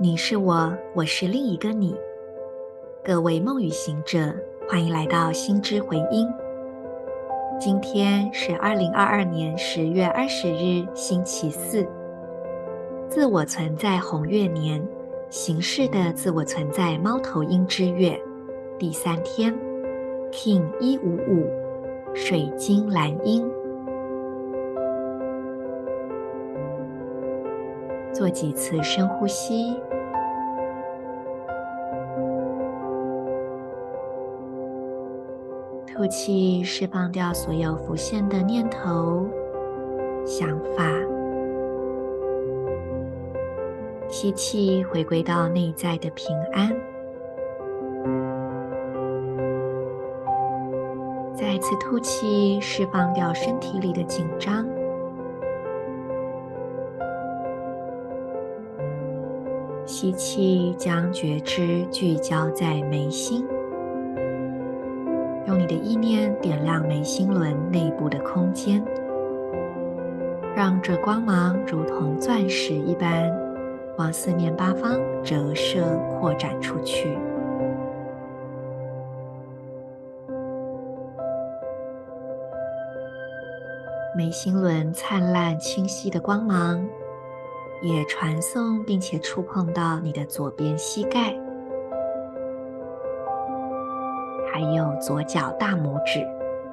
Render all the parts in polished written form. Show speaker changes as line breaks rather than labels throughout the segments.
你是我，我是另一个你。各位梦语行者，欢迎来到心之回音。今天是2022年10月20日，星期四。自我存在红月年，形式的自我存在猫头鹰之月，第3天 King 155水晶蓝鹰。做几次深呼吸，吐气，释放掉所有浮现的念头、想法。吸气，回归到内在的平安。再次吐气，释放掉身体里的紧张。吸气，将觉知聚焦在眉心，用你的意念点亮眉心轮内部的空间，让这光芒如同钻石一般往四面八方折射扩展出去。眉心轮灿烂清晰的光芒也传送并且触碰到你的左边膝盖，还有左脚大拇指，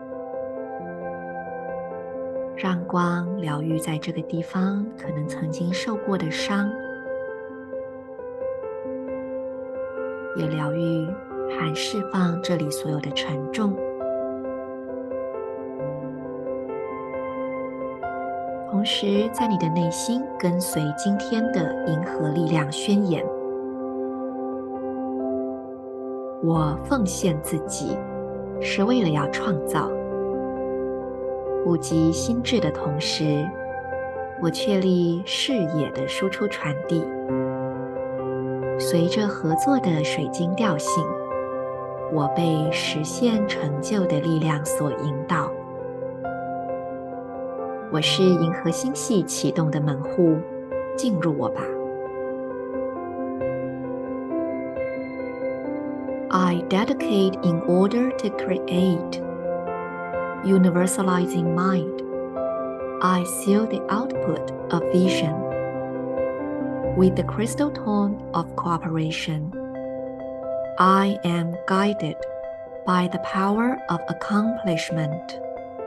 让光疗愈在这个地方可能曾经受过的伤，也疗愈和释放这里所有的沉重。同时，在你的内心跟随今天的银河力量宣言：我奉献自己，是为了要创造。呼吸心智的同时，我确立视野的输出传递。随着合作的水晶调性，我被实现成就的力量所引导。我是银河星系启动的门户，进入我吧。I dedicate in order to create, universalizing mind. I seal the output of vision with the crystal tone of cooperation. I am guided by the power of accomplishment.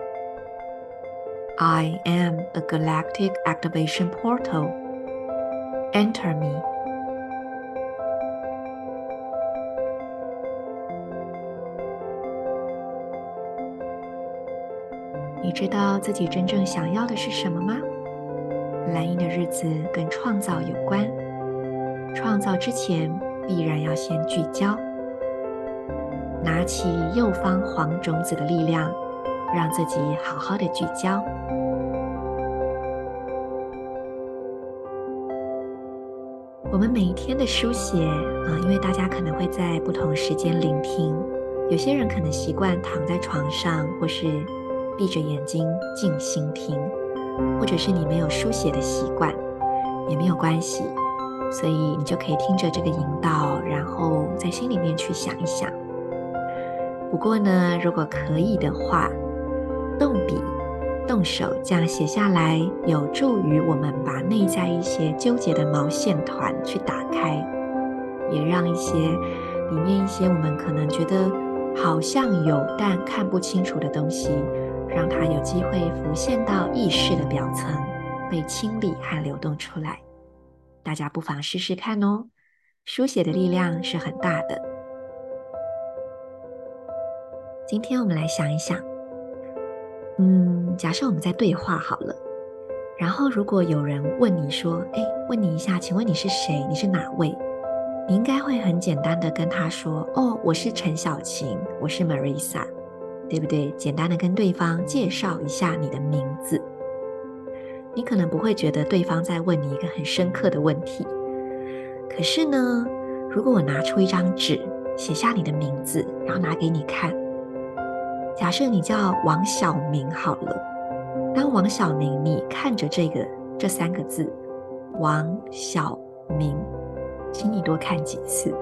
I am a galactic activation portal. Enter me. 你知道自己真正想要的是什么吗？蓝鹰的日子跟创造有关，创造之前必然要先聚焦。拿起右方黄种子的力量，让自己好好的聚焦。我们每一天的书写因为大家可能会在不同时间聆听，有些人可能习惯躺在床上，或是闭着眼睛静心听，或者是你没有书写的习惯，也没有关系，所以你就可以听着这个引导，然后在心里面去想一想。不过呢，如果可以的话，动笔动手这样写下来，有助于我们把内在一些纠结的毛线团去打开，也让一些里面一些我们可能觉得好像有但看不清楚的东西，让它有机会浮现到意识的表层，被清理和流动出来。大家不妨试试看哦，书写的力量是很大的。今天我们来想一想，假设我们在对话好了，然后如果有人问你说，问你一下，请问你是谁？你是哪位？你应该会很简单的跟他说，我是陈小晴，我是 Marisa， 对不对？简单的跟对方介绍一下你的名字。你可能不会觉得对方在问你一个很深刻的问题，可是呢，如果我拿出一张纸，写下你的名字，然后拿给你看，假设你叫王小明好了，当王小明你看着这3个字王小明， 请你多看几次。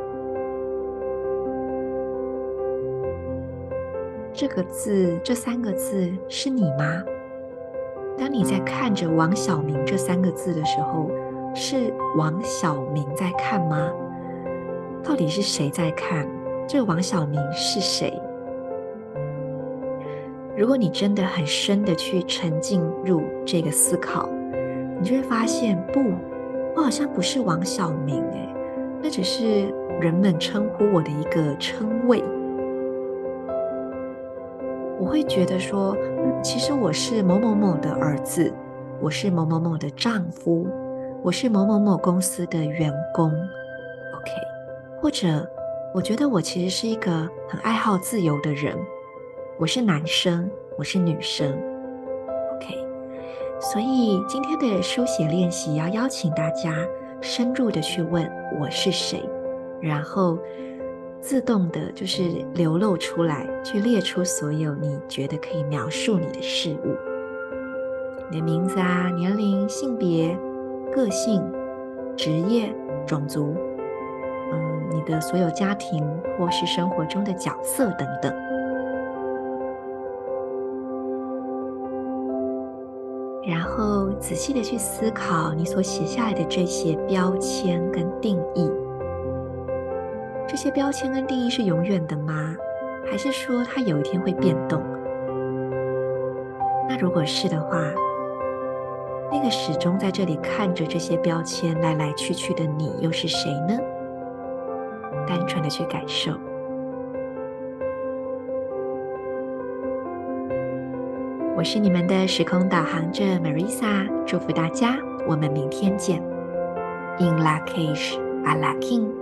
这个字，这3个字是你吗？当你在看着王晓明这3个字的时候，是王晓明在看吗？到底是谁在看？这个王晓明是谁？如果你真的很深的去沉浸入这个思考，你就会发现，不，我好像不是王晓明诶，那只是人们称呼我的一个称谓。我会觉得说，其实我是某某某的儿子，我是某某某的丈夫，我是某某某公司的员工 ，OK， 或者我觉得我其实是一个很爱好自由的人，我是男生，我是女生 ，OK， 所以今天的书写练习要邀请大家深入的去问我是谁，然后自动的就是流露出来，去列出所有你觉得可以描述你的事物，你的名字啊、年龄、性别、个性、职业、种族，你的所有家庭或是生活中的角色等等。然后仔细的去思考你所写下来的这些标签跟定义。这些标签跟定义是永远的吗？还是说它有一天会变动？那如果是的话，那个始终在这里看着这些标签来来去去的你又是谁呢？单纯的去感受。我是你们的时空导航者 Marisa， 祝福大家，我们明天见。In Lak'ech Ala K'in。